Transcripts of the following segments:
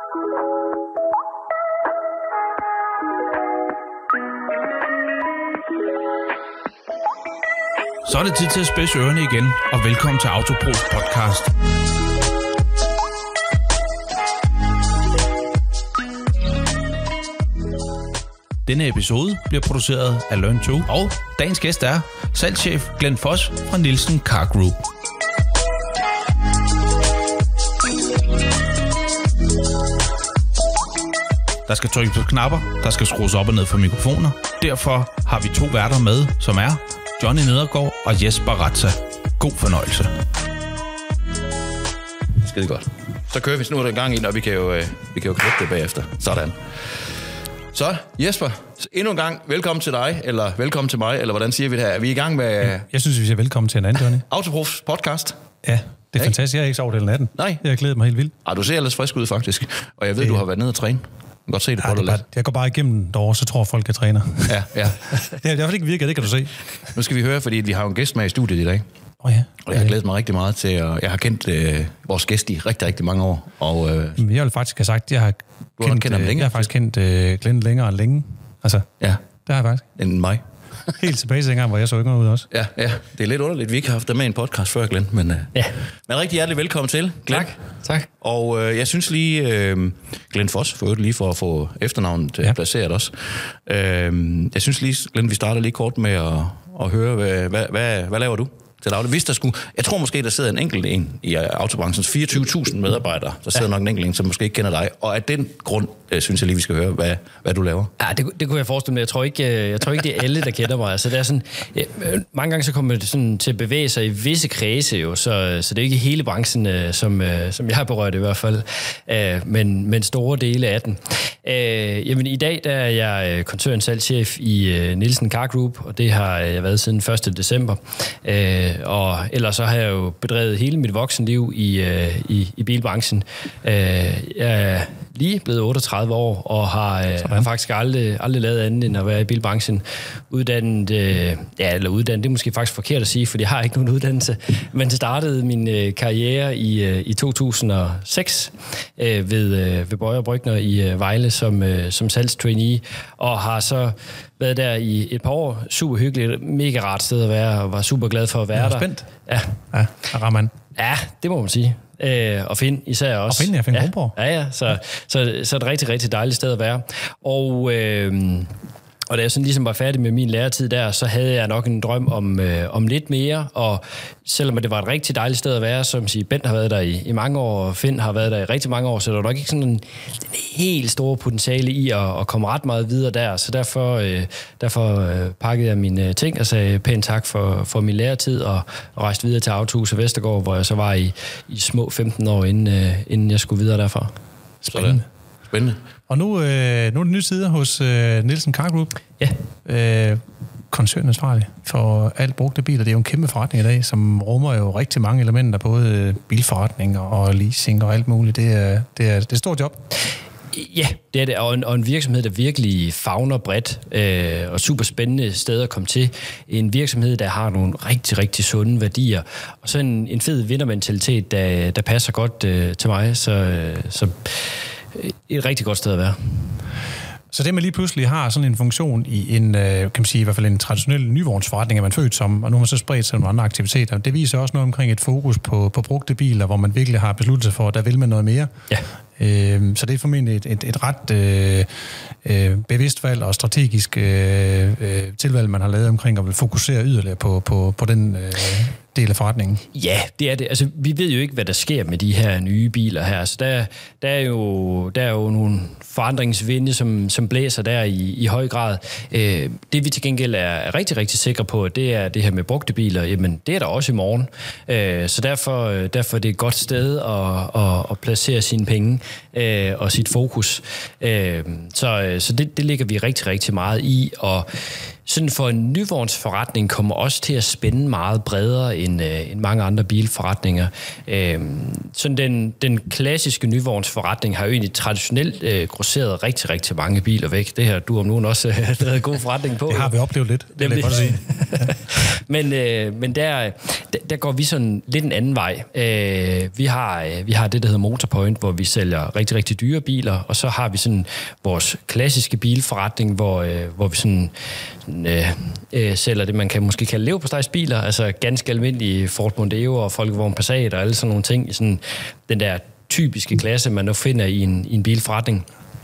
Så er det tid til at spidse ørerne igen, og velkommen til Autopros podcast. Denne episode bliver produceret af Learn2, og dagens gæst er salgschef Glenn Foss fra Nielsen Car Group. Der skal trykkes på knapper, der skal skrues op og ned for mikrofoner. Derfor har vi to værter med, som er Johnny Nedergaard og Jesper Ratza. God fornøjelse. Skide godt. Så kører vi nu den gang ind, og vi kan jo klippe det bagefter. Sådan. Så Jesper, endnu en gang velkommen til dig, eller velkommen til mig, eller hvordan siger vi det her? Er vi i gang med... Jeg synes, vi siger velkommen til en anden, Johnny. Autopros podcast. Ja, det er fantastisk. Jeg har ikke sovet hele natten. Nej. Jeg har glædet mig helt vildt. Du ser ellers frisk ud, faktisk. Og jeg ved, du har været nede og træne. Jeg kan godt se det på dig lidt. Jeg går bare igennem derovre, så tror folk, jeg træner. Ja. Det har i hvert fald ikke virket, det kan du se. Nu skal vi høre, fordi vi har jo en gæst med i studiet i dag. Ja. Og jeg har glædet mig rigtig meget til, at jeg har kendt vores gæst i rigtig, rigtig mange år. Og, jeg vil faktisk have sagt, at jeg har faktisk kendt Glenn længere end længe. Altså, ja. Det har jeg faktisk. End mig. Helt tilbage til dengang, hvor jeg så yngre ud også. Ja. Det er lidt underligt. Vi ikke har haft dig med i en podcast før, Glenn. Men rigtig hjertelig velkommen til, Glenn. Tak. Og jeg synes lige, Glenn Foss, for at få efternavnet placeret også. Jeg synes lige, Glenn, vi starter lige kort med at høre, hvad laver du til daglig? Jeg tror måske, der sidder en enkelt en i autobranchens 24.000 medarbejdere. Der sidder nok en enkelt en, som måske ikke kender dig. Og af den grund, synes jeg lige, vi skal høre, hvad du laver. Ja, det kunne jeg forestille mig. Jeg tror ikke, det er alle, der kender mig. Altså, det er sådan, mange gange så kommer det sådan til at bevæge sig i visse kredse, jo, så det er ikke hele branchen, som jeg har berørt i hvert fald, men store dele af den. Jamen, i dag der er jeg koncernsalgschef i Nielsen Car Group, og det har jeg været siden 1. december. Og ellers så har jeg jo bedrevet hele mit voksenliv i bilbranchen. Jeg er lige blevet 38 år, og har faktisk aldrig lavet andet end at være i bilbranchen. Uddannet, det er måske faktisk forkert at sige, for jeg har ikke nogen uddannelse, men startede min karriere i 2006 ved Bøjer Brygner i Vejle som salgstrainee, og har så været der i et par år. Super hyggeligt, mega rart sted at være, og var super glad for at være der. Spændt. Ja. Raman. Ja, det må man sige. Og Finn især også. Og Finn, jeg finder Kronborg. Ja. Så er det rigtig, rigtig dejligt sted at være. Og da jeg sådan ligesom var færdig med min læretid der, så havde jeg nok en drøm om lidt mere, og selvom det var et rigtig dejligt sted at være, som siger, Bent har været der i mange år, og Finn har været der i rigtig mange år, så der var nok ikke sådan en helt store potentiale i at komme ret meget videre der, så derfor pakkede jeg mine ting og sagde pænt tak for min læretid, og rejste videre til Autohuset Vestergaard, hvor jeg så var i små 15 år, inden jeg skulle videre derfra. Spændende. Og nu er det nye sider hos Nielsen Car Group. Ja. Koncernansvarlig for alt brugte biler. Det er jo en kæmpe forretning i dag, som rummer jo rigtig mange elementer, både bilforretning og leasing og alt muligt. Det er et stort job. Ja, det er det, og en virksomhed, der virkelig favner bredt og super spændende steder at komme til. En virksomhed, der har nogle rigtig, rigtig sunde værdier, og så en fed vindermentalitet, der passer godt til mig, så et rigtig godt sted at være. Så det, man lige pludselig har sådan en funktion i en, kan man sige, i hvert fald en traditionel nyvognsforretning, er man født som, og nu har man så spredt sig nogle andre aktiviteter. Det viser også noget omkring et fokus på brugte biler, hvor man virkelig har besluttet sig for, at der vil man noget mere. Ja. Så det er formentlig et ret bevidst valg og strategisk tilvalg, man har lavet omkring at vil fokusere yderligere på den del af forretningen. Ja, det er det. Altså, vi ved jo ikke, hvad der sker med de her nye biler her. Så der er jo nogle forandringsvinde, som blæser der i høj grad. Det vi til gengæld er rigtig, rigtig sikre på, det er det her med brugte biler. Jamen, det er der også i morgen. Så derfor er det et godt sted at placere sine penge og sit fokus. Så det ligger vi rigtig, rigtig meget i, og sådan for en nyvognsforretning kommer også til at spænde meget bredere end mange andre bilforretninger. Sådan den klassiske nyvognsforretning har jo egentlig traditionelt grosseret rigtig, rigtig mange biler væk. Det her du om nogen også lavet god forretning på. Det har vi oplevet lidt, det vil jeg godt sige. Men der går vi sådan lidt en anden vej. Vi har det, der hedder Motorpoint, hvor vi sælger rigtig, rigtig dyre biler, og så har vi sådan vores klassiske bilforretning, hvor vi sådan sælger det, man kan måske kalde leverpostejsbiler, altså ganske almindelige Ford Mondeo og Volkswagen Passat og alle sådan nogle ting i sådan den der typiske klasse, man nu finder i en bilforretning.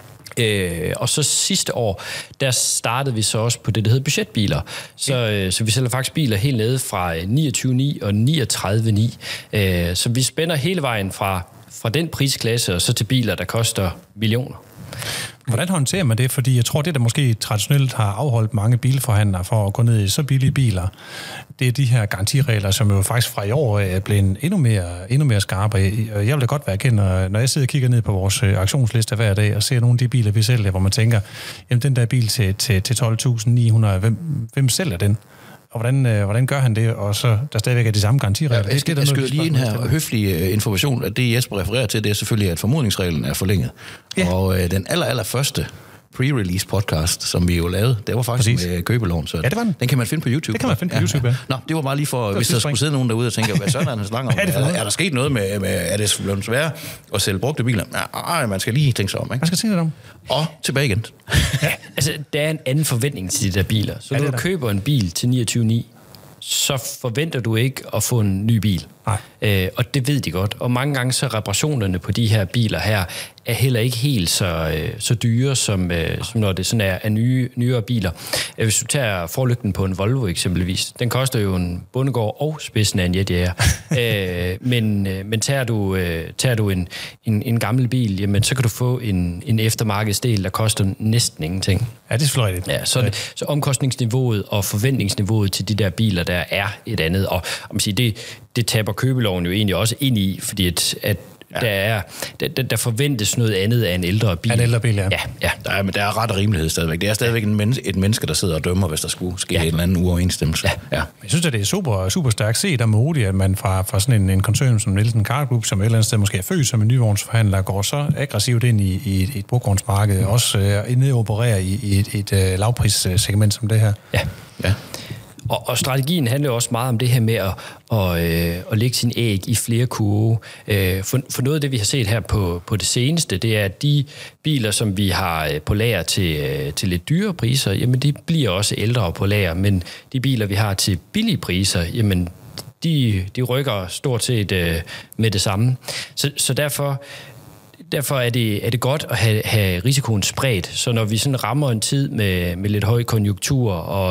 Og så sidste år, der startede vi så også på det, der hedder budgetbiler. Så vi sælger faktisk biler helt nede fra 29,9 og 39,9. Så vi spænder hele vejen fra den prisklasse og så til biler, der koster millioner. Hvordan håndterer man det? Fordi jeg tror, det der måske traditionelt har afholdt mange bilforhandlere for at gå ned i så billige biler, det er de her garantiregler, som jo faktisk fra i år er blevet endnu mere skarpe. Og jeg vil da godt være kendt, når jeg sidder og kigger ned på vores auktionsliste hver dag og ser nogle af de biler, vi sælger, hvor man tænker, jamen den der bil til 12.900, hvem sælger den? Og hvordan gør han det, og så der stadigvæk er de samme garantiregler? Jeg skyder lige en her høflig information, at det Jesper refererer til, det er selvfølgelig, at formodningsreglen er forlænget. Ja. Og den allerførste pre-release podcast, som vi jo lavede, det var faktisk med købeloven, så ja, det var den kan man finde på YouTube. Det kan man finde på YouTube, ja. Nå, det var bare lige for, hvis der skulle sidde nogen derude og tænke, hvad sådan er den slang om? Er der sket noget med er det blevet svært at sælge brugte biler? Nej, man skal lige tænke sig om, ikke? Man skal tænke sig om. Og tilbage igen. Altså, der er en anden forventning til de der biler. Så når du køber en bil til 29,9, så forventer du ikke at få en ny bil. Og det ved de godt. Og mange gange så reparationerne på de her biler her er heller ikke helt så dyre, som når det sådan er nyere biler. Hvis du tager forlygten på en Volvo eksempelvis, den koster jo en bondegård og spidsen af en jetjager. Men tager du en gammel bil, jamen, så kan du få en eftermarkedsdel, der koster næsten ingenting. Ja, det er fløjtigt. Ja, så omkostningsniveauet og forventningsniveauet til de der biler, der er et andet. Og man siger, det taber købeloven jo egentlig også ind i, fordi at der forventes noget andet af en ældre bil. En ældre bil, ja. Ja. Der er ret og rimelighed stadigvæk. Det er stadigvæk et menneske, der sidder og dømmer, hvis der skulle ske en eller anden uoverensstemmelse. Ja. Jeg synes, at det er super, super stærkt set og modigt, at man fra sådan en koncern som Nielsen Car Group, som et eller andet sted måske er født som en nyvognsforhandler, går så aggressivt ind i et brugvognsmarked, også ned og opererer i et lavprissegment som det her. Ja. Og strategien handler også meget om det her med at lægge sin æg i flere kurve. For noget af det, vi har set her på det seneste, det er, at de biler, som vi har på lager til lidt dyre priser, jamen de bliver også ældre på lager, men de biler, vi har til billige priser, jamen de rykker stort set med det samme. Så derfor er det godt at have risikoen spredt, så når vi sådan rammer en tid med lidt høj konjunktur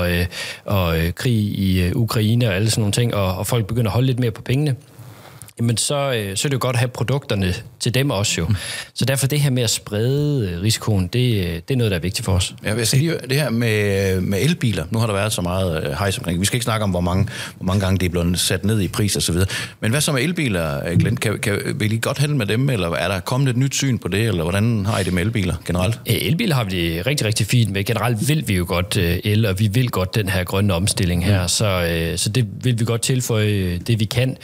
og krig i Ukraine og alle sådan nogle ting, og folk begynder at holde lidt mere på pengene, jamen så er det jo godt at have produkterne til dem også jo. Så derfor det her med at sprede risikoen, det er noget, der er vigtigt for os. Ja, jeg sige, det her med elbiler, nu har der været så meget hejs omkring. Vi skal ikke snakke om, hvor mange gange det er blevet sat ned i pris og så videre. Men hvad så med elbiler, Glenn? Vil I godt handle med dem, eller er der kommet et nyt syn på det, eller hvordan har I det med elbiler generelt? Elbiler har vi det rigtig, rigtig fint med. Generelt vil vi jo godt el, og vi vil godt den her grønne omstilling her, så det vil vi godt tilføje det, vi kan.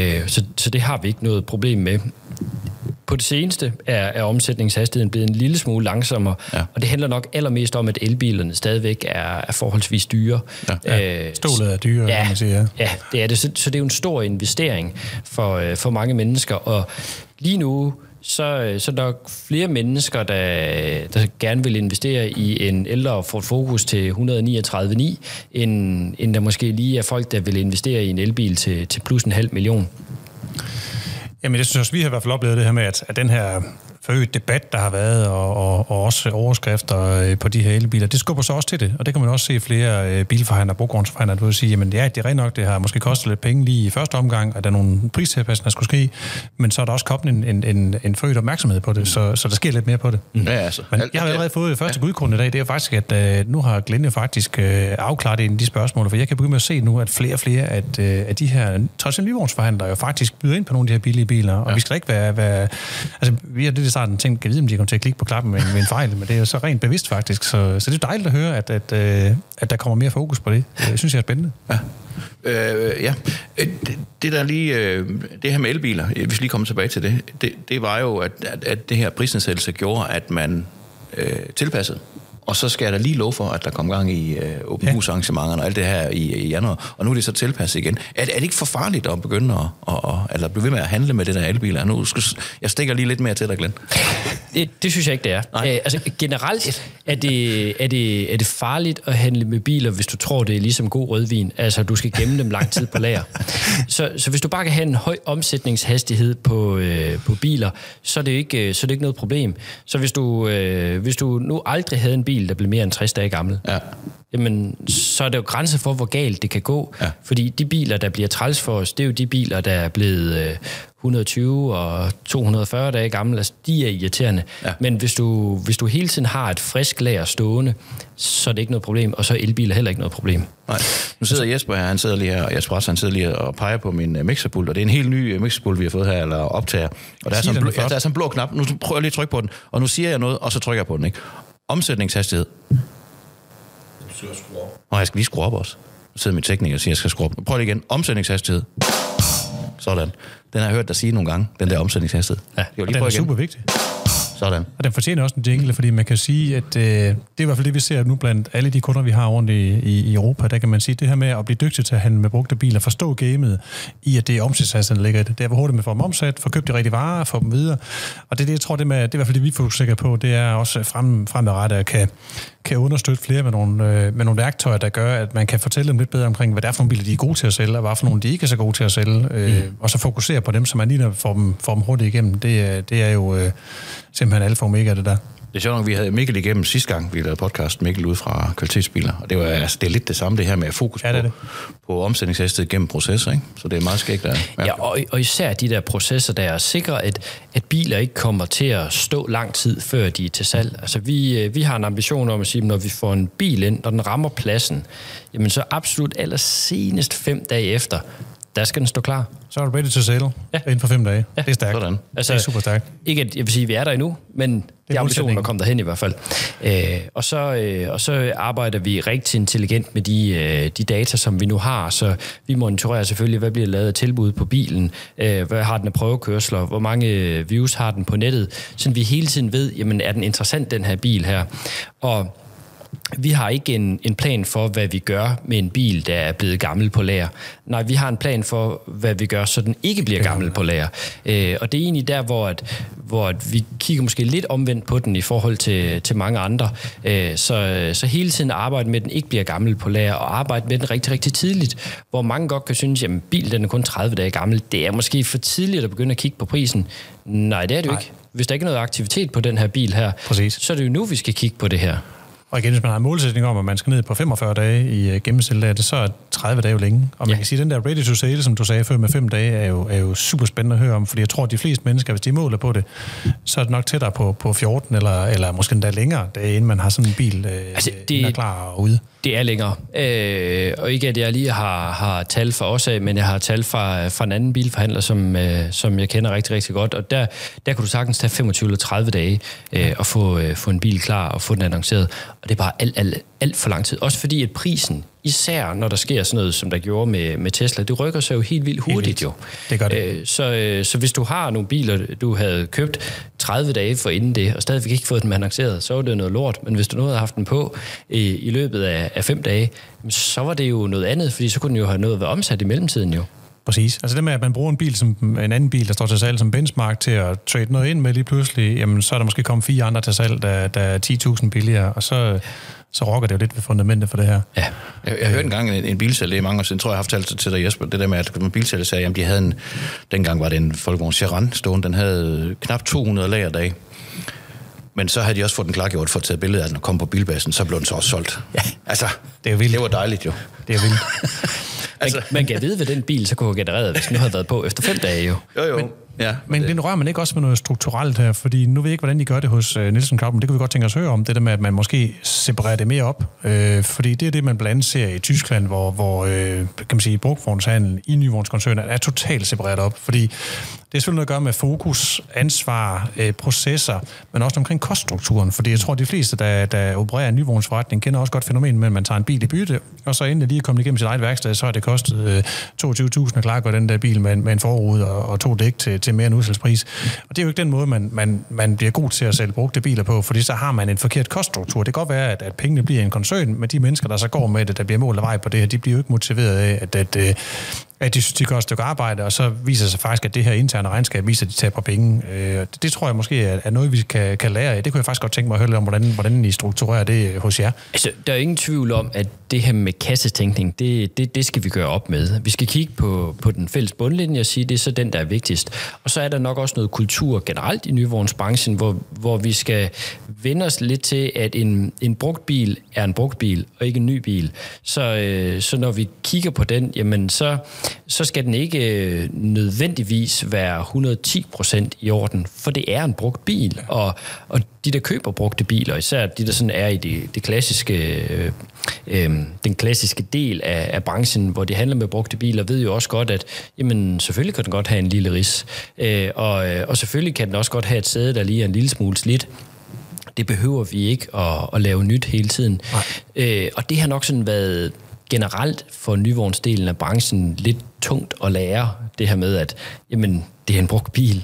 Så det har vi ikke noget problem med. På det seneste er omsætningshastigheden blevet en lille smule langsommere, og det handler nok allermest om, at elbilerne stadigvæk er forholdsvis dyre. Stålet er dyre, kan man sige. Ja, det er det. Så det er jo en stor investering for mange mennesker, og lige nu så er der flere mennesker, der gerne vil investere i en ældre Ford Focus til 139,9, end der måske lige er folk, der vil investere i en elbil til plus 500.000. Jamen, jeg synes også, vi har i hvert fald oplevet det her med, at den her forøget debat, der har været, og også overskrifter på de her elbiler, det skubber så også til det. Og det kan man også se flere bilforhandlere, brugvognsforhandlere, der vil sige, jamen ja, det er rent nok, det har måske kostet lidt penge lige i første omgang, at der er nogle pristilpasninger, der skulle ske, men så er der også kommet en forøget opmærksomhed på det, så der sker lidt mere på det. Ja, altså. Men jeg har allerede fået første gudgrund i dag, det er faktisk, at nu har Glenn jo faktisk afklaret en af de spørgsmål, for jeg kan begynde med at se nu, at flere og flere af de her traditionelle nyvognsforhandlere jo faktisk byder ind på nogle af de her billige biler, og vi skal da ikke være altså, vi har det starten tænkt, kan jeg vide, om de kommer til at klikke på klappen med en fejl, men det er jo så rent bevidst faktisk. Så det er dejligt at høre, at der kommer mere fokus på det. Det synes jeg er spændende. Ja. Det der lige, det her med elbiler, hvis lige kommer tilbage til det var jo, at det her prisnedsættelse gjorde, at man tilpassede. Og så skal jeg da lige love for, at der kom gang i åben hus-arrangementerne og alt det her i januar. Og nu er det så tilpasset igen. Er det ikke for farligt at begynde at blive ved med at handle med det der elbiler? Nu jeg stikker lige lidt mere til dig, Glenn. Det synes jeg ikke, det er. Altså generelt er det farligt at handle med biler, hvis du tror, det er ligesom god rødvin. Altså, du skal gemme dem lang tid på lager. Så hvis du bare kan have en høj omsætningshastighed på biler, så er det ikke noget problem. Så hvis du nu aldrig havde en bil, der blev mere end 60 dage gammel, jamen, så er der jo grænser for, hvor galt det kan gå. Ja. Fordi de biler, der bliver træls for os, det er jo de biler, der er blevet 120 og 240 dage gamle. Altså, de er irriterende. Ja. Men hvis du hele tiden har et frisk lager stående, så er det ikke noget problem, og så er elbiler heller ikke noget problem. Nej. Nu sidder Jesper her, han sidder lige her og peger på min mixerpult, og det er en helt ny mixerpult, vi har fået her, eller optager. Og der er sådan en blå knap. Nu prøver jeg lige at trykke på den, og nu siger jeg noget, og så trykker jeg på den, ikke? Omsætningshastighed. Jeg skal lige skrue op også. Så sidder min tekniker og siger, at jeg skal skrue op. Prøv lige igen. Omsætningshastighed. Sådan. Den har jeg hørt dig sige nogle gange, den der omsætningshastighed. Ja, og den er super vigtig. Sådan. Og den fortjener også en jingle, fordi man kan sige, at det er i hvert fald det, vi ser nu blandt alle de kunder, vi har rundt i Europa. Der kan man sige, det her med at blive dygtig til at handle med brugte biler, forstå gamet i, at det er omsætningshastigheden, der ligger i det. Det er, hvor hurtigt man får dem omsat, får købt de rigtige varer, får dem videre. Og det er det, jeg tror, det er i hvert fald det, vi fokuserer på, det er også fremadrettet at kan understøtte flere med nogle værktøjer, der gør, at man kan fortælle dem lidt bedre omkring, hvad det er for nogle biler, de er gode til at sælge, og hvad for nogle, de ikke er så gode til at sælge. Og så fokusere på dem, så man lige får dem hurtigt igennem. Det er jo simpelthen alfa og omega, det der. Det er sjovt nok, vi havde Mikkel igennem sidste gang, vi lavede podcast, Mikkel ud fra kvalitetsbiler, og det er lidt det samme, det her med fokus på omsætningshastighed gennem processer, ikke? Så det er meget skægt der. Ja, og især de der processer, der sikrer, at biler ikke kommer til at stå lang tid, før de er til salg. Altså, vi har en ambition om at sige, at når vi får en bil ind, når den rammer pladsen, jamen så absolut allersenest 5 dage efter, der skal den stå klar. Så er du ready to sale inden for 5 dage. Ja. Det er stærkt. Sådan. Altså, det er super stærkt. Ikke at jeg vil sige, at vi er der endnu, men det er ambitionen at komme derhen i hvert fald. Og så arbejder vi rigtig intelligent med de data, som vi nu har. Så vi monitorerer selvfølgelig, hvad bliver lavet af tilbud på bilen, hvad har den af prøvekørsler, hvor mange views har den på nettet, så vi hele tiden ved, jamen er den interessant, den her bil her. Og vi har ikke en plan for, hvad vi gør med en bil, der er blevet gammel på lager. Nej, vi har en plan for, hvad vi gør, så den ikke bliver gammel på lager. Og det er egentlig der, hvor vi kigger måske lidt omvendt på den i forhold til mange andre. Så hele tiden arbejde med, at den ikke bliver gammel på lager, og arbejde med den rigtig, rigtig tidligt. Hvor mange godt kan synes, at bilen den er kun 30 dage gammel. Det er måske for tidligt at begynde at kigge på prisen. Nej, det er det jo ikke. Hvis der ikke er noget aktivitet på den her bil her, så er det jo nu, vi skal kigge på det her. Og igen, hvis man har en målsætning om, at man skal ned på 45 dage i gennemsnit, så er 30 dage jo længe. Og man kan sige, at den der ready to sale, som du sagde før med 5 dage, er jo super spændende at høre om, fordi jeg tror, at de fleste mennesker, hvis de måler på det, så er det nok tættere på 14 eller måske endda længere dage, inden man har sådan en bil er klar og ude. Det er længere. Og ikke at jeg lige har tal fra os af, men jeg har tal fra en anden bilforhandler, som jeg kender rigtig, rigtig godt. Og der kan du sagtens tage 25 eller 30 dage og få en bil klar og få den annonceret. Og det er bare alt for lang tid. Også fordi at prisen, især når der sker sådan noget, som der gjorde med Tesla, det rykker sig jo helt vildt hurtigt jo. Det gør det. Så hvis du har nogle biler, du havde købt 30 dage for inden det, og stadigvæk ikke fået dem annonceret, så var det noget lort. Men hvis du nu havde haft den på i løbet af 5 dage, så var det jo noget andet, fordi så kunne den jo have noget at være omsat i mellemtiden jo. Præcis. Altså det med, at man bruger en bil som en anden bil, der står til salg som benchmark til at trade noget ind med lige pludselig, jamen så er der måske kommet 4 andre til salg, der er 10.000 billigere, og så rokker det jo lidt ved fundamentet for det her. Ja. Jeg hørte engang en bilsælger, det er mange år siden, tror jeg har haft talt til dig, Jesper, det der med, at en bilsælger sagde, at de havde dengang var det en Volkswagen Charan stående, den havde knap 200 lagerdage. Men så havde de også fået den klargjort for at tage billeder af den og komme på bilbasen, så blev den så også solgt. Ja. Altså, det er vildt. Det var dejligt jo. Det er vildt. Man kan vide, hvad den bil så kunne have genereret, hvis den nu havde været på efter 5 dage jo. Jo. Ja, men det rører man ikke også med noget strukturelt her, fordi nu ved jeg ikke, hvordan de gør det hos Nielsen Cloud, men det kunne vi godt tænke os at høre om, det der med, at man måske separerer det mere op. Fordi det er det, man blandt andet ser i Tyskland, hvor kan man sige, brugtvognshandel i nyvognskoncerner er totalt separeret op, fordi det er selvfølgelig noget at gøre med fokus, ansvar, processer, men også omkring koststrukturen, fordi jeg tror, at de fleste, der opererer en nyvognsforretning, kender også godt fænomenet med, at man tager en bil i bytte, og så inden det lige er kommet igennem sit eget værksted, så har det kostet 22.000 at klargøre den der bil med en forrude og 2 dæk til mere en udsalgspris. Og det er jo ikke den måde, man bliver god til at sælge brugte biler på, fordi så har man en forkert koststruktur. Det kan godt være, at pengene bliver en koncern, men de mennesker, der så går med det, der bliver mål og vej på det her, de bliver jo ikke motiveret af, at de synes, de gør et stykke arbejde, og så viser sig faktisk, at det her interne regnskab viser, at de taber penge. Det tror jeg måske er noget, vi kan lære af. Det kunne jeg faktisk godt tænke mig at høre lidt om, hvordan I strukturerer det hos jer. Altså, der er ingen tvivl om, at det her med kassetænkning, det skal vi gøre op med. Vi skal kigge på den fælles bundlinje og sige, det er så den, der er vigtigst. Og så er der nok også noget kultur generelt i nyvognsbranchen, hvor vi skal vende os lidt til, at en brugt bil er en brugt bil, og ikke en ny bil. Så når vi kigger på den, jamen så skal den ikke nødvendigvis være 110% i orden, for det er en brugt bil, og de, der køber brugte biler, især de, der sådan er i det klassiske, den klassiske del af branchen, hvor de handler med brugte biler, ved jo også godt, at jamen, selvfølgelig kan den godt have en lille ris, og selvfølgelig kan den også godt have et sæde, der lige er en lille smule slidt. Det behøver vi ikke at lave nyt hele tiden. Og det har nok sådan været generelt for nyvognsdelen af branchen lidt tungt at lære det her med, at jamen, det er en brugt bil,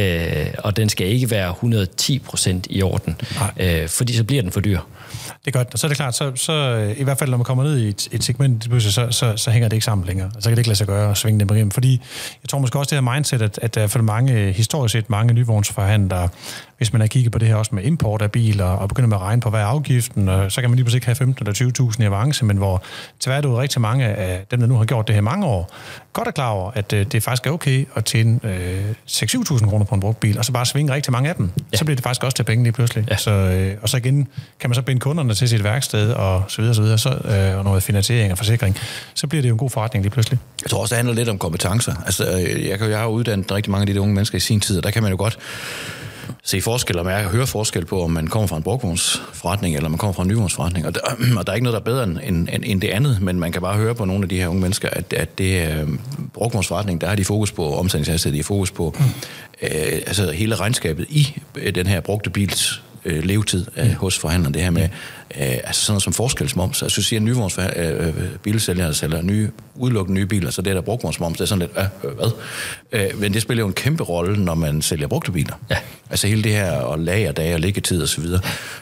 og den skal ikke være 110% i orden, fordi så bliver den for dyr. Det er godt, og så er det klart, så i hvert fald, når man kommer ned i et segment, så hænger det ikke sammen længere. Så kan det ikke lade sig gøre at svinge det med hjem, fordi jeg tror måske også det her mindset, at der er for mange, historisk set mange nyvognsforhandlere, hvis man har kigget på det her også med import af biler, og begynder med at regne på, hvad er afgiften, og så kan man lige pludselig ikke have 15 eller 20.000 i avance, men hvor tværtimod rigtig mange af dem, der nu har gjort det her mange år, godt er klar over, at det faktisk er okay at tjene 6-7.000 kroner på en brugt bil, og så bare svinge rigtig mange af dem. Ja. Så bliver det faktisk også til penge lige pludselig. Ja. Og så igen kan man så binde kunderne til sit værksted, og så videre, og noget finansiering og forsikring. Så bliver det jo en god forretning lige pludselig. Jeg tror også, det handler lidt om kompetencer. Altså, jeg har uddannet rigtig mange af de unge mennesker i sin tid, og der kan man jo godt se forskel og høre forskel på, om man kommer fra en brugtvognsforretning, eller man kommer fra en nyvognsforretning. Og der er ikke noget, der er bedre end det andet, men man kan bare høre på nogle af de her unge mennesker, at det brugtvognsforretning, der har de fokus på omsætningshastighed, de har fokus på altså hele regnskabet i den her brugte bils levetid hos forhandleren, det her med altså sådan noget som forskelsmoms. Altså, du siger, en nyvognsbilsælger sælger udelukkende nye biler, så det der brugtvognsmoms, det er sådan lidt, hvad? Men det spiller jo en kæmpe rolle, når man sælger brugte biler. Ja. Altså hele det her, og lagerdage og liggetid og så videre.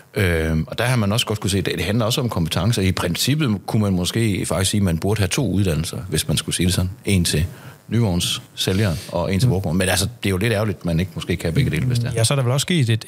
Og der har man også godt kunne se, at det handler også om kompetencer. I princippet kunne man måske faktisk sige, at man burde have 2 uddannelser, hvis man skulle sige det sådan. En til nyvognssælgeren og en til brugtvogn. Men altså, det er jo lidt ærgerligt, at man ikke måske kan begge dele, hvis det er. Ja, så er der vel også sket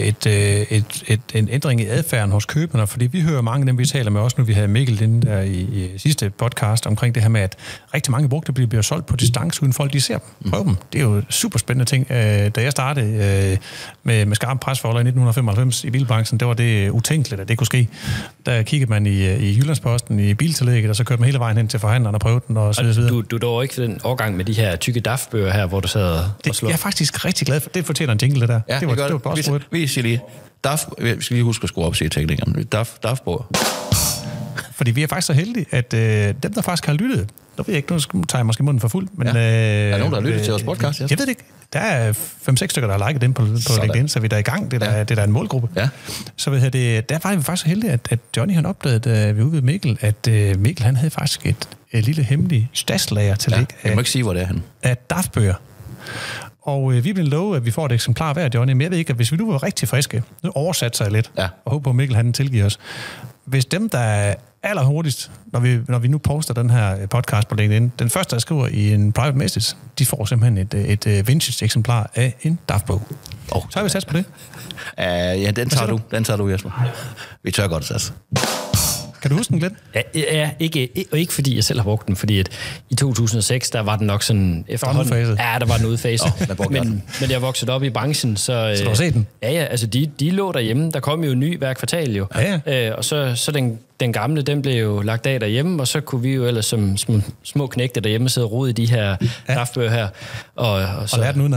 en ændring i adfærden hos køberne, fordi vi hører mange af dem, vi taler med, også nu vi havde Mikkel inde der i sidste podcast omkring det her med, at rigtig mange brugte bliver solgt på distance, uden folk de ser dem. Prøv dem. Det er jo super spændende ting. Da jeg startede med skarpe presforhold i 1995 i bilbranchen, det var det utænkeligt, at det kunne ske. Der kiggede man i Jyllandsposten, i biltillægget, og så kørte man hele vejen hen til forhandleren og prøvede den, og så videre. Du dog ikke den årgang med de her tykke DAF-bøger her, hvor du sad og slår? Jeg er faktisk rigtig glad for det. Fortæller en jingle, det der. Ja, det var bare vi siger lige, DAF, vi skal lige huske at skrue op, siger teknikeren. DAF-bøger. Fordi vi er faktisk så heldige, at dem, der faktisk har lyttet, nu ved jeg ikke, nu tager jeg måske munden for fuld, men... Ja. Er nogen, der har lyttet til vores podcast? Jeg ved det ikke. Der er 5-6 stykker, der har liket dem på LinkedIn, så vi er der i gang. Det er der en målgruppe. Ja. Så der var vi faktisk så heldige, at Johnny han opdagede, da vi var ude ved Mikkel, at Mikkel han havde faktisk et lille hemmeligt stadslager til jeg må ikke sige, hvor det er han. Af DAF-bøger. Og vi vil love, at vi får et eksemplar hver, Johnny, men jeg ved ikke, at hvis vi nu var rigtig friske, nu oversatte sig lidt, og håber på, at Mikkel han tilgiver os. Hvis dem, der er allerhurtigst, når vi nu poster den her podcast på LinkedIn, den første, der skriver i en private message, de får simpelthen et vintage eksemplar af en DAF-bog. Så har vi sat på det. Ja, den tager du, Jesper. Vi tør godt satse. Kan du huske den, Glenn? Ja, ikke fordi jeg selv har brugt den, fordi at i 2006, der var den nok sådan efterhånden... Ja, der var den udfase. Men jeg voksede op i branchen, så du har set den? Ja, altså de lå derhjemme. Der kom jo ny hver kvartal jo. Ja. Og så den gamle, den blev jo lagt af derhjemme, og så kunne vi jo ellers som små knægte derhjemme sidde og rode i de her DAF-bøger her. Og lære den udenad?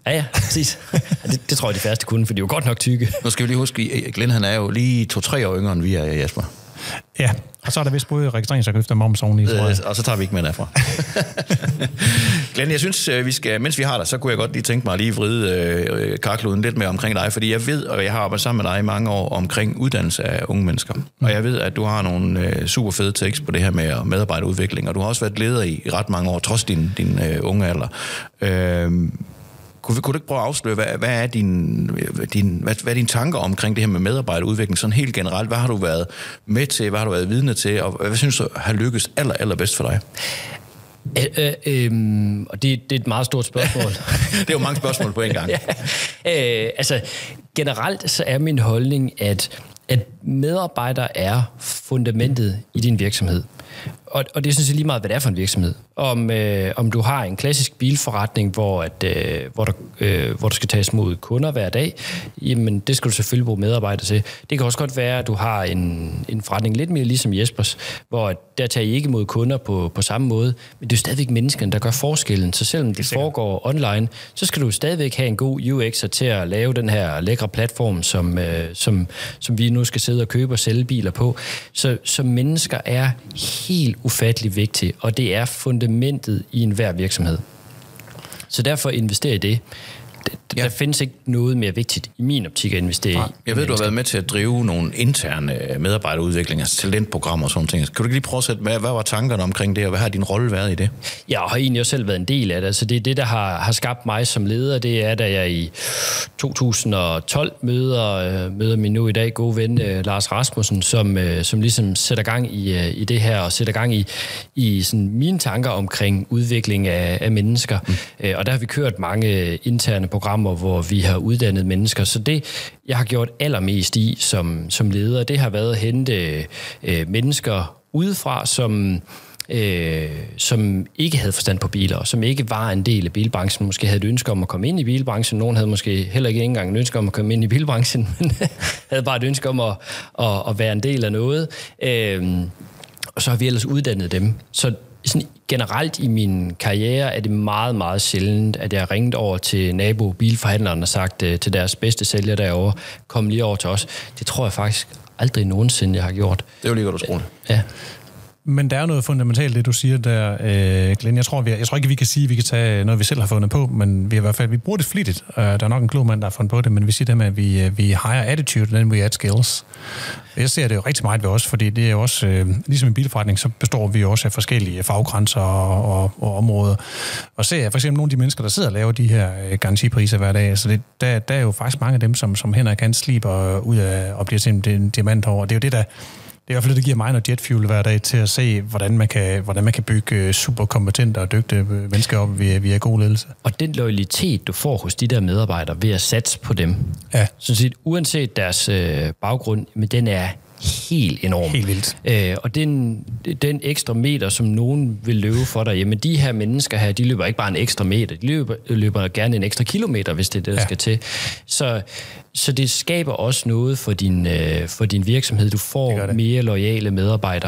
Ja, præcis. Det tror jeg, de færreste kunne, for de er jo godt nok tykke. Nu skal vi lige huske, Glenn han er jo lige 2-3 år yngre, end vi er, Jesper. Ja, og så er der vist både registreringsafgift og moms oveni, tror jeg. Og så tager vi ikke med derfra. Glenn, jeg synes, vi skal, mens vi har dig, så kunne jeg godt lige tænke mig at lige vride karkluden lidt mere omkring dig, fordi jeg ved, og jeg har arbejdet sammen med dig i mange år omkring uddannelse af unge mennesker. Og jeg ved, at du har nogle super fede takes på det her med medarbejderudvikling, og du har også været leder i ret mange år, trods din unge alder. Kunne du ikke prøve at afsløre, hvad er dine tanker omkring det her med medarbejderudvikling, sådan helt generelt? Hvad har du været med til, hvad har du været vidne til, og hvad synes du har lykkes allerbedst for dig? Og det er et meget stort spørgsmål. Det er jo mange spørgsmål på en gang. Altså, generelt så er min holdning, at medarbejdere er fundamentet i din virksomhed. Og det synes jeg lige meget, hvad det er for en virksomhed. Om du har en klassisk bilforretning, hvor du skal tages mod kunder hver dag, jamen det skal du selvfølgelig bruge medarbejdere til. Det kan også godt være, at du har en forretning lidt mere ligesom Jespers, hvor der tager I ikke mod kunder på samme måde, men det er jo stadigvæk menneskene, der gør forskellen. Så selvom det foregår online, så skal du stadigvæk have en god UX'er til at lave den her lækre platform, som vi nu skal sidde og købe og sælge biler på. Så mennesker er helt ufattelig vigtige, og det er fundamentet i enhver virksomhed. Så derfor investerer i det. Der findes ikke noget mere vigtigt i min optik at investere i. Jeg ved, du har været med til at drive nogle interne medarbejderudvikling, altså talentprogrammer og sådan ting. Kan du ikke lige prøve at sætte, hvad var tankerne omkring det, og hvad har din rolle været i det? Jeg har egentlig også selv været en del af det. Altså det er det, der har skabt mig som leder. Det er, da jeg i 2012 møder min nu i dag gode ven Lars Rasmussen, som ligesom sætter gang i det her, og sætter gang i sådan mine tanker omkring udvikling af mennesker. Og der har vi kørt mange interne programmer, hvor vi har uddannet mennesker. Så det, jeg har gjort allermest i som leder, det har været at hente mennesker udefra, som ikke havde forstand på biler, som ikke var en del af bilbranchen, måske havde et ønske om at komme ind i bilbranchen. Nogen havde måske heller ikke engang et ønske om at komme ind i bilbranchen, men havde bare et ønske om at være en del af noget. Og så har vi ellers uddannet dem. Så sådan generelt i min karriere er det meget, meget sjældent, at jeg har ringet over til bilforhandleren og sagt til deres bedste sælger derovre, kom lige over til os. Det tror jeg faktisk aldrig nogensinde, jeg har gjort. Det er jo lige godt at skrue. Ja. Men der er noget fundamentalt, det du siger der, Glenn. Jeg tror ikke, vi kan sige, at vi kan tage noget, vi selv har fundet på, men vi bruger det flittigt. Der er nok en klog mand, der har fundet på det, men vi siger det med, at vi hire attitude, then we add skills. Jeg ser det jo rigtig meget ved os, fordi det er jo også, ligesom en bilforretning, så består vi jo også af forskellige faggrænser og områder. Og ser jeg for eksempel nogle af de mennesker, der sidder og laver de her garantipriser hver dag, så der er jo faktisk mange af dem, som Henrik kan sliber ud af og bliver til en diamanthår. Og det er jo det, der... Det er i hvert fald, det giver mig noget jetfuel hver dag til at se, hvordan man kan bygge super kompetente og dygtige mennesker op via god ledelse. Og den loyalitet, du får hos de der medarbejdere ved at satse på dem, sådan set, uanset deres baggrund, men den er helt enorm. Helt vildt. Og den ekstra meter, som nogen vil løbe for dig, jamen de her mennesker her, de løber ikke bare en ekstra meter, de løber gerne en ekstra kilometer, hvis det er det, der skal til. Så det skaber også noget for din virksomhed. Du får mere loyale medarbejdere.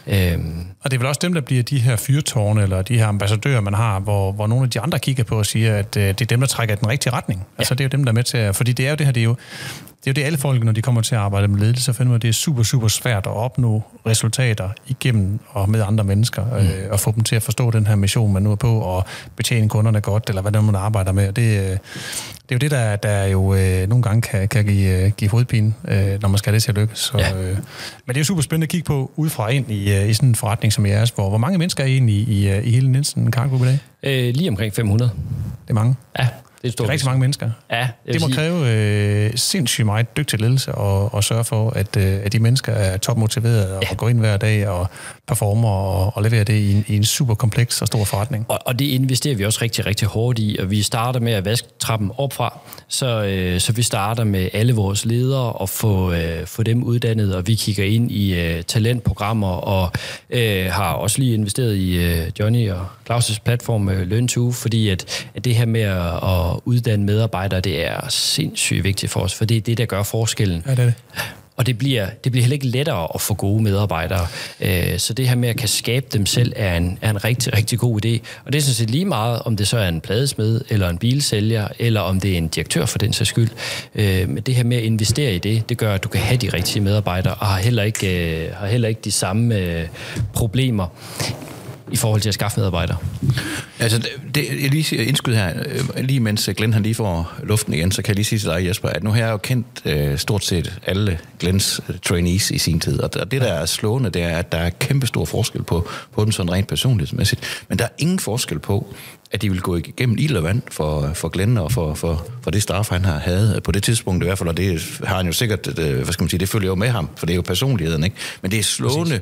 Og det er vel også dem, der bliver de her fyrtårne, eller de her ambassadører, man har, hvor nogle af de andre kigger på og siger, at det er dem, der trækker i den rigtige retning. Altså det er jo dem, der er med til at... Fordi det er jo det her, det er jo det alle folk, når de kommer til at arbejde med ledelse, så finder man, at det er super, super svært at opnå resultater igennem og med andre mennesker, og få dem til at forstå den her mission, man nu er på, og betjene kunderne godt, eller hvad det man arbejder med. Og det er jo det, der jo nogle gange kan give hovedpine, når man skal have det til at lykkes. Så, men det er jo super spændende at kigge på udefra ind i sådan en forretning som jeres. Hvor mange mennesker er egentlig i hele Nielsen Car Group i dag? Lige omkring 500. Det er mange. Ja. Det er rigtig mange mennesker. Ja, det må kræve sindssygt meget dygtig ledelse og sørge for, at de mennesker er topmotiverede og går ind hver dag og performer og leverer det i en super kompleks og stor forretning. Og det investerer vi også rigtig, rigtig hårdt i, og vi starter med at vaske trappen opfra, så vi starter med alle vores ledere og få dem uddannet, og vi kigger ind i talentprogrammer og har også lige investeret i Johnny og Claus' platform Learn2, fordi at det her med at uddanne medarbejdere, det er sindssygt vigtigt for os, for det er det, der gør forskellen. Ja, det er det. Og det bliver heller ikke lettere at få gode medarbejdere. Så det her med at kan skabe dem selv er en rigtig, rigtig god idé. Og det er sådan set lige meget, om det så er en pladesmed, eller en bilsælger, eller om det er en direktør for den sags skyld. Men det her med at investere i det gør, at du kan have de rigtige medarbejdere, og har heller ikke de samme problemer i forhold til at skaffe medarbejdere. Altså, jeg lige indskyder her, lige mens Glenn han lige får luften igen, så kan jeg lige sige til dig, Jesper, at nu har jeg jo kendt stort set alle Glens trainees i sin tid, og det, der er slående, det er, at der er kæmpe stor forskel på dem sådan rent personlighedsmæssigt, men der er ingen forskel på, at de vil gå igennem ild og vand for Glenn og for det staff, han har havde på det tidspunkt i hvert fald, og det har han jo sikkert, det følger jo med ham, for det er jo personligheden, ikke? Men det er slående,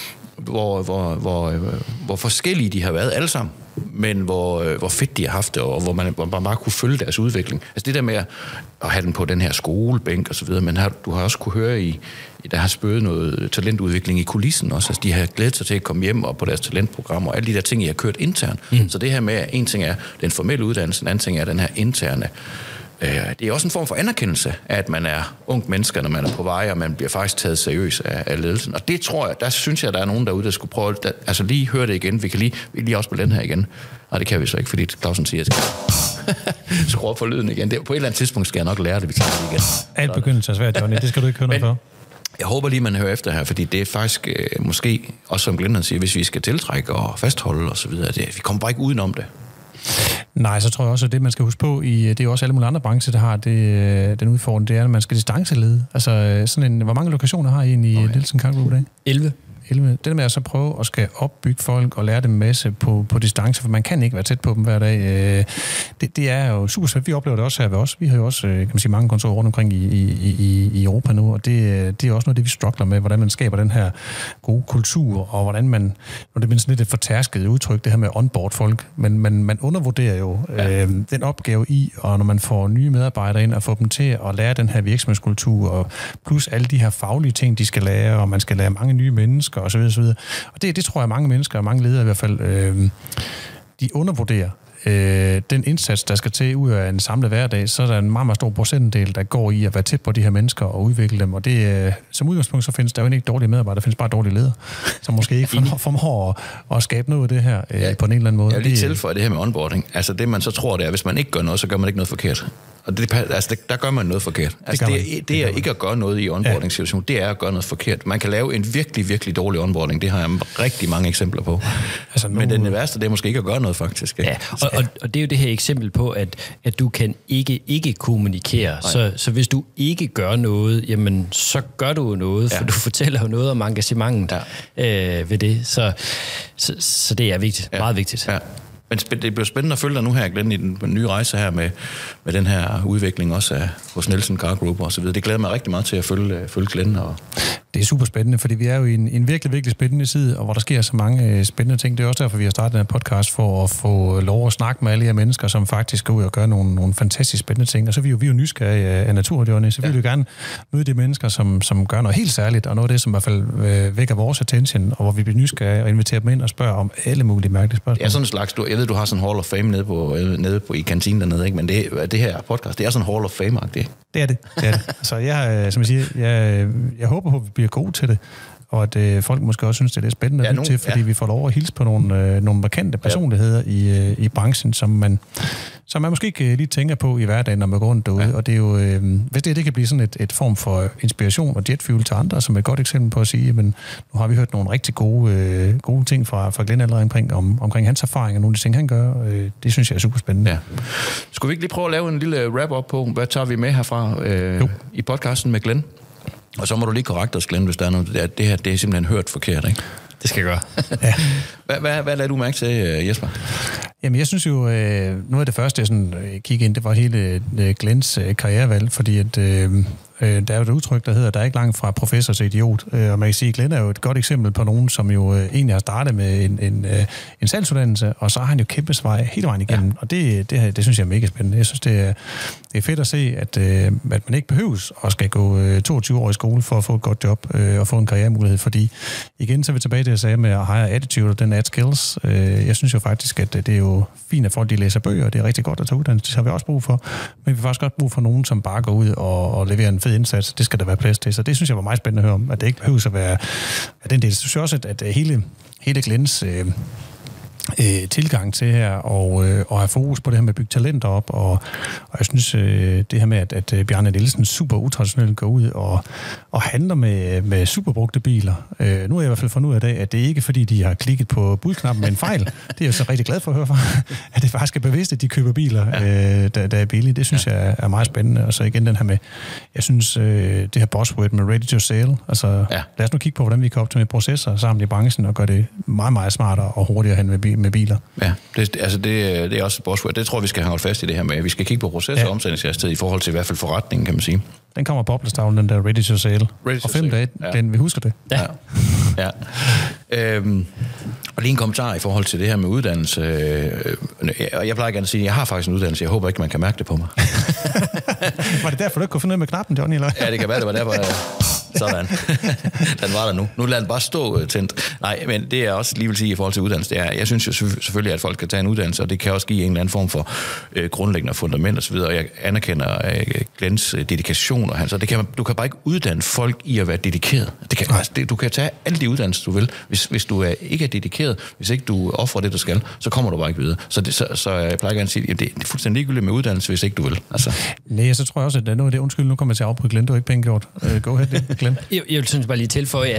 hvor forskellige de har været alle sammen, men hvor fedt de har haft det, og hvor man bare kunne følge deres udvikling. Altså det der med at have den på den her skolebænk og så videre, men du har også kunne høre der har spøget noget talentudvikling i kulissen også. Altså de har glædet sig til at komme hjem og på deres talentprogrammer, og alle de der ting, I har kørt internt. Så det her med, at en ting er den formelle uddannelse, en anden ting er den her interne. Det er også en form for anerkendelse af, at man er ung mennesker, når man er på vej, og man bliver faktisk taget seriøst af ledelsen. Og det tror jeg, der synes jeg, der er nogen derude, der skulle prøve, altså lige høre det igen. Vi kan lige også på den her igen. Nej, det kan vi så ikke, fordi Clausen siger, at jeg skal skrue op for lyden igen. På et eller andet tidspunkt skal jeg nok lære det, vi tager det igen. Alt begyndelse er svært, Johnny. Det skal du ikke høre noget for. Jeg håber lige, man hører efter her, fordi det er faktisk måske, også som Glenn siger, hvis vi skal tiltrække og fastholde og så videre, vi kommer bare ikke udenom det. Nej, så tror jeg også, at det, man skal huske på, det er jo også alle mulige andre brancher, der har den udfordring, det er, at man skal distancelede. Altså, hvor mange lokationer har I egentlig i Nielsen Car Group i dag? 11. Det der med at så prøve at skal opbygge folk og lære dem en masse på distance, for man kan ikke være tæt på dem hver dag. Det er jo super svært. Vi oplever det også her ved os. Vi har jo også, kan man sige, mange kontorer rundt omkring i Europa nu, og det er også noget, det vi struggler med, hvordan man skaber den her gode kultur, og hvordan man, når det bliver sådan lidt et fortærsket udtryk, det her med onboard folk, men man undervurderer jo den opgave i, og når man får nye medarbejdere ind, og få dem til at lære den her virksomhedskultur, og plus alle de her faglige ting, de skal lære, og man skal lære mange nye mennesker, og så videre, så videre. Og det tror jeg, mange mennesker og mange ledere i hvert fald, de undervurderer den indsats, der skal til ud af en samlet hverdag, så er der en meget, meget stor procentdel, der går i at være tæt på de her mennesker og udvikle dem. Og det, som udgangspunkt, så findes der jo ikke dårlige medarbejdere, der findes bare dårlige ledere, som måske ikke formår at skabe noget af det her på en eller anden måde. Jeg vil lige tilføje det her med onboarding. Altså det, man så tror, det er, hvis man ikke gør noget, så gør man ikke noget forkert. Og der gør man noget forkert. Altså det er ikke at gøre noget i onboarding-situationen, det er at gøre noget forkert. Man kan lave en virkelig, virkelig dårlig onboarding. Det har jeg rigtig mange eksempler på. Altså men den værste, det er måske ikke at gøre noget, faktisk. Ja, og det er jo det her eksempel på, at du kan ikke kommunikere. Så hvis du ikke gør noget, jamen, så gør du noget, for du fortæller jo noget om engagementet ved det. Så det er vigtigt. Meget vigtigt. Ja. Men det bliver spændende at følge dig nu her, Glenn, i den nye rejse her med den her udvikling også hos Nielsen Car Group og så videre. Det glæder mig rigtig meget til at følge Glenn. Det er super spændende, fordi vi er jo i en virkelig, virkelig spændende side, og hvor der sker så mange spændende ting. Det er også derfor, vi har startet den her podcast, for at få lov at snakke med alle de her mennesker, som faktisk går ud og gør nogle fantastisk spændende ting. Og så er vi jo nysgerrige af natur, Johnny. Så vil vi jo gerne møde de mennesker, som gør noget helt særligt, og noget af det, som i hvert fald vækker vores attention, og hvor vi bliver nysgerrige og inviterer dem ind og spørger om alle mulige mærkelige spørgsmål. Ja, sådan en slags, jeg ved, du har sådan en Hall of Fame nede på i kantinen dernede, ikke? Men det her podcast, det er sådan en Hall of Fame-agtigt. Det er det. Så jeg håber på, at vi bliver gode til det, og at folk måske også synes, det er lidt spændende at lytte til, fordi vi får lov at hilse på nogle markante personligheder i branchen, som man måske ikke lige tænker på i hverdagen, når man går rundt derude. Og det er jo, hvis det kan blive sådan et form for inspiration og jetfuel til andre, som er et godt eksempel på at sige, men nu har vi hørt nogle rigtig gode ting fra Glenn allerede omkring hans erfaring og nogle af de ting, han gør. Det synes jeg er super spændende. Ja. Skulle vi ikke lige prøve at lave en lille wrap-up på, hvad tager vi med herfra i podcasten med Glenn? Og så må du lige korrekte os, Glenn, hvis der er noget. Det her, det er simpelthen hørt forkert, ikke? Det skal jeg gøre. Hvad lader du mærke til, Jesper? Jamen, jeg synes jo, noget af det første, jeg sådan kiggede ind, det var hele Glens karrierevalg, fordi at der er jo et udtryk, der hedder, der er ikke langt fra professor til idiot. Og man kan sige, at Glenn er jo et godt eksempel på nogen, som jo egentlig har startet med en salgsuddannelse, og så har han jo kæmpe vej hele vejen igennem. Ja. Og det synes jeg er mega spændende. Jeg synes, det er fedt at se, at man ikke behøves at skal gå 22 år i skole for at få et godt job og få en karrieremulighed, fordi igen, så er vi tilbage til at sige med at hire attitude og den add skills. Jeg synes jo faktisk, at det er jo fint, at folk de læser bøger, og det er rigtig godt at tage uddannelse. Det har vi også brug for. Men vi har faktisk godt brug for nogen, som bare går ud og leverer en fed bred indsats. Det skal der være plads til. Så det synes jeg var meget spændende at høre om, at det ikke behøver at være den del. Jeg synes også, at hele Glens tilgang til her, og have fokus på det her med at bygge talenter op, og jeg synes, det her med, at Bjarne Nielsen super utraditionelt går ud og handler med superbrugte biler. Nu er jeg i hvert fald fundet ud af det, at det ikke er, fordi de har klikket på budknappen med en fejl. Det er jeg så rigtig glad for at høre fra, at det faktisk er bevidst, at de køber biler, der er billige. Det synes jeg er meget spændende. Og så igen den her med, jeg synes, det her buzzword med ready to sale, altså lad os nu kigge på, hvordan vi kan optimere processer sammen i branchen og gøre det meget, meget smartere og hurtigere hen med biler. Ja, det er også et buzzword. Det tror jeg, vi skal hænge fast i det her med. Vi skal kigge på processer og omsætningshastighed i forhold til i hvert fald forretningen, kan man sige. Den kommer på oplæstavlen, den der ready to sale. Og 5 dage, vi husker det. Ja. Og lige en kommentar i forhold til det her med uddannelse. Og jeg plejer gerne at sige, at jeg har faktisk en uddannelse. Jeg håber ikke, man kan mærke det på mig. Var det derfor, du ikke kunne finde ud med knappen, Johnny? Eller? Ja, det kan være, det var derfor. Sådan. Den var der nu. Nu lader den bare stå tændt. Nej, men det er også lige vil sige i forhold til uddannelse. Jeg synes jo selvfølgelig, at folk kan tage en uddannelse, og det kan også give en eller anden form for grundlæggende fundament osv. Og jeg anerkender Glens dedikation og så du kan bare ikke uddanne folk i at være dedikeret. Du kan tage alle de uddannelser, du vil. Hvis du ikke er dedikeret, hvis ikke du offrer det, du skal, så kommer du bare ikke videre. Så jeg plejer gerne at sige, at det er fuldstændig ligegyldigt med uddannelse, hvis ikke du vil. Altså. Nej, så tror jeg også, at noget af det, undskyld, nu kommer jeg til at afbryde Glenn, du har ikke penge gjort. Go ahead, Glenn. Jeg vil synes bare lige tilføje,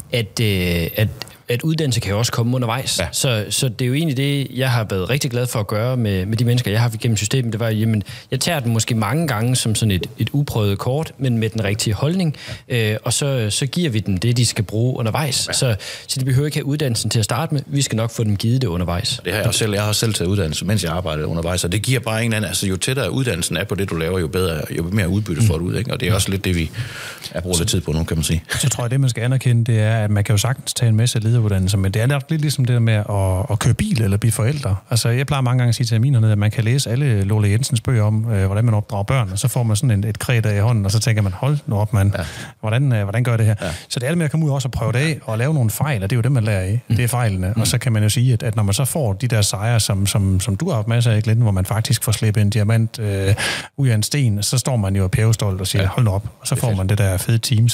at uddannelse kan jo også komme undervejs. Ja. Så det er jo egentlig det, jeg har været rigtig glad for at gøre med de mennesker, jeg har igennem systemet. Det var, jamen, jeg tager den måske mange gange som sådan et uprøvet kort, men med den rigtige holdning, og så giver vi dem det, de skal bruge undervejs. Ja. Så de behøver ikke have uddannelsen til at starte med. Vi skal nok få dem givet det undervejs. Det har jeg også selv. Jeg har selv taget uddannelse, mens jeg arbejdede undervejs, og det giver bare en eller anden, altså jo tættere uddannelsen er på det, du laver, jo bedre, jo mere udbytte får du ud, ikke? Og det er også lidt det, vi bruger lidt tid på nu, kan man sige. Så tror jeg, det man skal anerkende, det er, at man kan jo sagtens tage en masse lederuddannelser, men det er lidt ligesom det der med at køre bil eller blive forældre. Altså, jeg plejer mange gange at sige til mine hernede, at man kan læse alle Lola Jensens bøger om, hvordan man opdrager børn, og så får man sådan et kræder i hånden, og så tænker man, hold nu op, mand. Ja. Hvordan gør det her? Ja. Så det er det med at komme ud også og prøve det af, og lave nogle fejl, og det er jo det, man lærer af. Det er fejlene. Og så kan man jo sige, at når man så får de der sejre, som du har haft masser af, Glenn, hvor man faktisk får slippet en diamant ud af en sten, så står man jo pævestolt og siger, hold nu op. Og så får man det der fede team,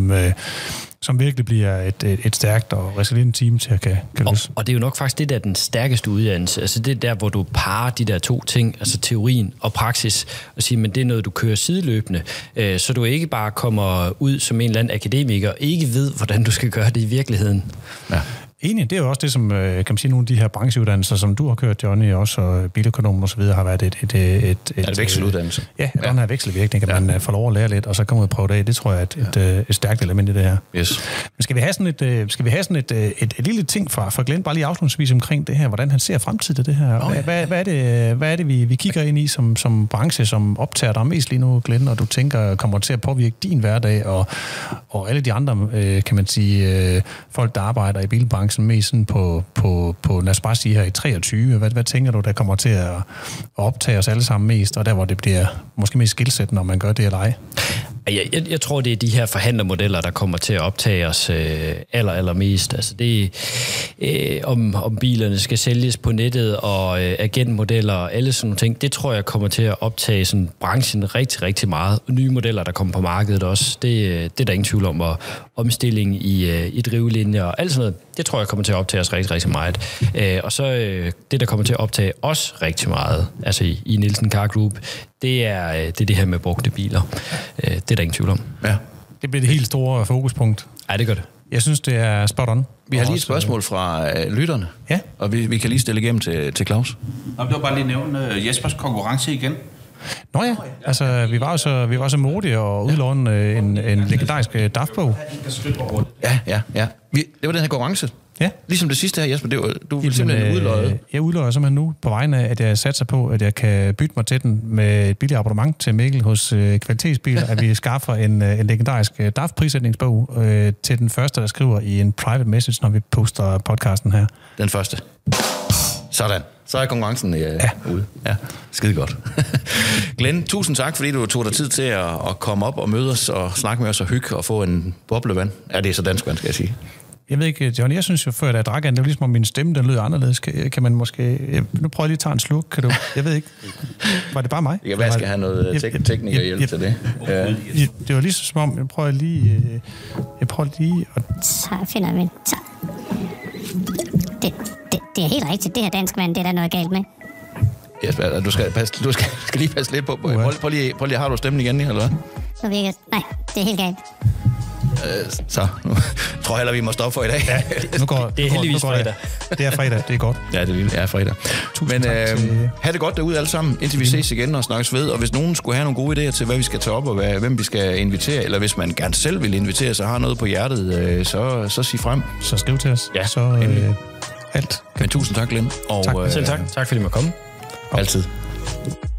som virkelig bliver et stærkt og resilient team til at kan løse. Og det er jo nok faktisk det, der er den stærkeste uddannelse. Altså det der, hvor du parer de der to ting, altså teorien og praksis, og siger, men det er noget, du kører sideløbende, så du ikke bare kommer ud som en eller anden akademiker og ikke ved, hvordan du skal gøre det i virkeligheden. Ja. Enig, det er jo også det, som kan man sige, nogle af de her brancheuddannelser, som du har kørt, Johnny, også, og biløkonom og så videre, har været et vekseluddannelse. Ja, den her vekselvirkning, at man får lov at lære lidt, og så komme ud og prøve det. Det tror jeg er et stærkt element i det her. Yes. Men skal vi have sådan et lille ting fra Glenn, bare lige afslutningsvis omkring det her, hvordan han ser fremtiden af det her? Hvad er det, vi kigger ind i som branche, som optager dig mest lige nu, Glenn, og du tænker kommer til at påvirke din hverdag, og alle de andre, kan man sige, folk, der arbejder i bilbranchen, mest sådan på lad os bare sige her i 23. Hvad tænker du, der kommer til at optage os alle sammen mest, og der, hvor det bliver måske mest skilsættende, når man gør det eller ej? Jeg tror, det er de her forhandlermodeller, der kommer til at optage os allermest. Altså det om bilerne skal sælges på nettet, og agentmodeller og alle sådan nogle ting, det tror jeg kommer til at optage sådan branchen rigtig, rigtig meget. Og nye modeller, der kommer på markedet også, det er der ingen tvivl om. Og omstilling i drivlinjer og alt sådan noget, det tror jeg kommer til at optage os rigtig, rigtig meget. Og så det, der kommer til at optage os rigtig meget, altså i Nielsen Car Group, det er det her med brugte biler. Det er der ingen tvivl om. Ja. Det bliver det helt store fokuspunkt. Ja, det gør det. Jeg synes, det er spot on. Vi har lige et spørgsmål fra lytterne, og vi kan lige stille igennem til Claus. Nå, det var bare lige nævne Jespers konkurrence igen. Nå ja, altså vi var så modige og udlåne en legendarisk DAF-bog. Ja. Det var den her konkurrence. Ja. Ligesom det sidste her, Jesper, du vil simpelthen udløje. Jeg udløjer simpelthen nu på vegne af, at jeg satser på, at jeg kan bytte mig til den med et billigt abonnement til Mikkel hos Kvalitetsbil, at vi skaffer en legendarisk DAF-prissætningsbog til den første, der skriver i en private message, når vi poster podcasten her. Den første. Sådan. Så er konkurrencen ude. Ja, skide godt. Glenn, tusind tak, fordi du tog dig tid til at komme op og møde os og snakke med os og hygge og få en boblevand. Ja, det er så dansk vand, skal jeg sige. Jeg ved ikke, John, jeg synes jo før, da jeg drak, det var ligesom om min stemme, den lød anderledes. Kan man måske... Nu prøver jeg lige at tage en sluk, kan du... Jeg ved ikke. Var det bare mig? Jeg skal have noget teknikerhjælp til det. Ja. Det var lige som om, jeg prøver lige at... Så finder vi... Så. Det er helt rigtigt, det her dansk vand, det er der noget galt med. Jesper, du skal lige passe lidt på. Prøv lige, har du stemmen igen, eller hvad? Nu virker... Nej, det er helt galt. Så, nu tror jeg heller, vi må stoppe for i dag. Ja, det er heldigvis fredag. Det er fredag, det er godt. Ja, det er fredag. Tusind tak til... have det godt derude alle sammen, indtil vi ses igen og snakkes ved. Og hvis nogen skulle have nogle gode idéer til, hvad vi skal tage op, og hvem vi skal invitere, eller hvis man gerne selv vil invitere, så har noget på hjertet, så sig frem. Så skriv til os. Ja, så alt. Men tusind tak, Glenn. Og, tak. Selv tak. Tak fordi du måtte komme. Altid.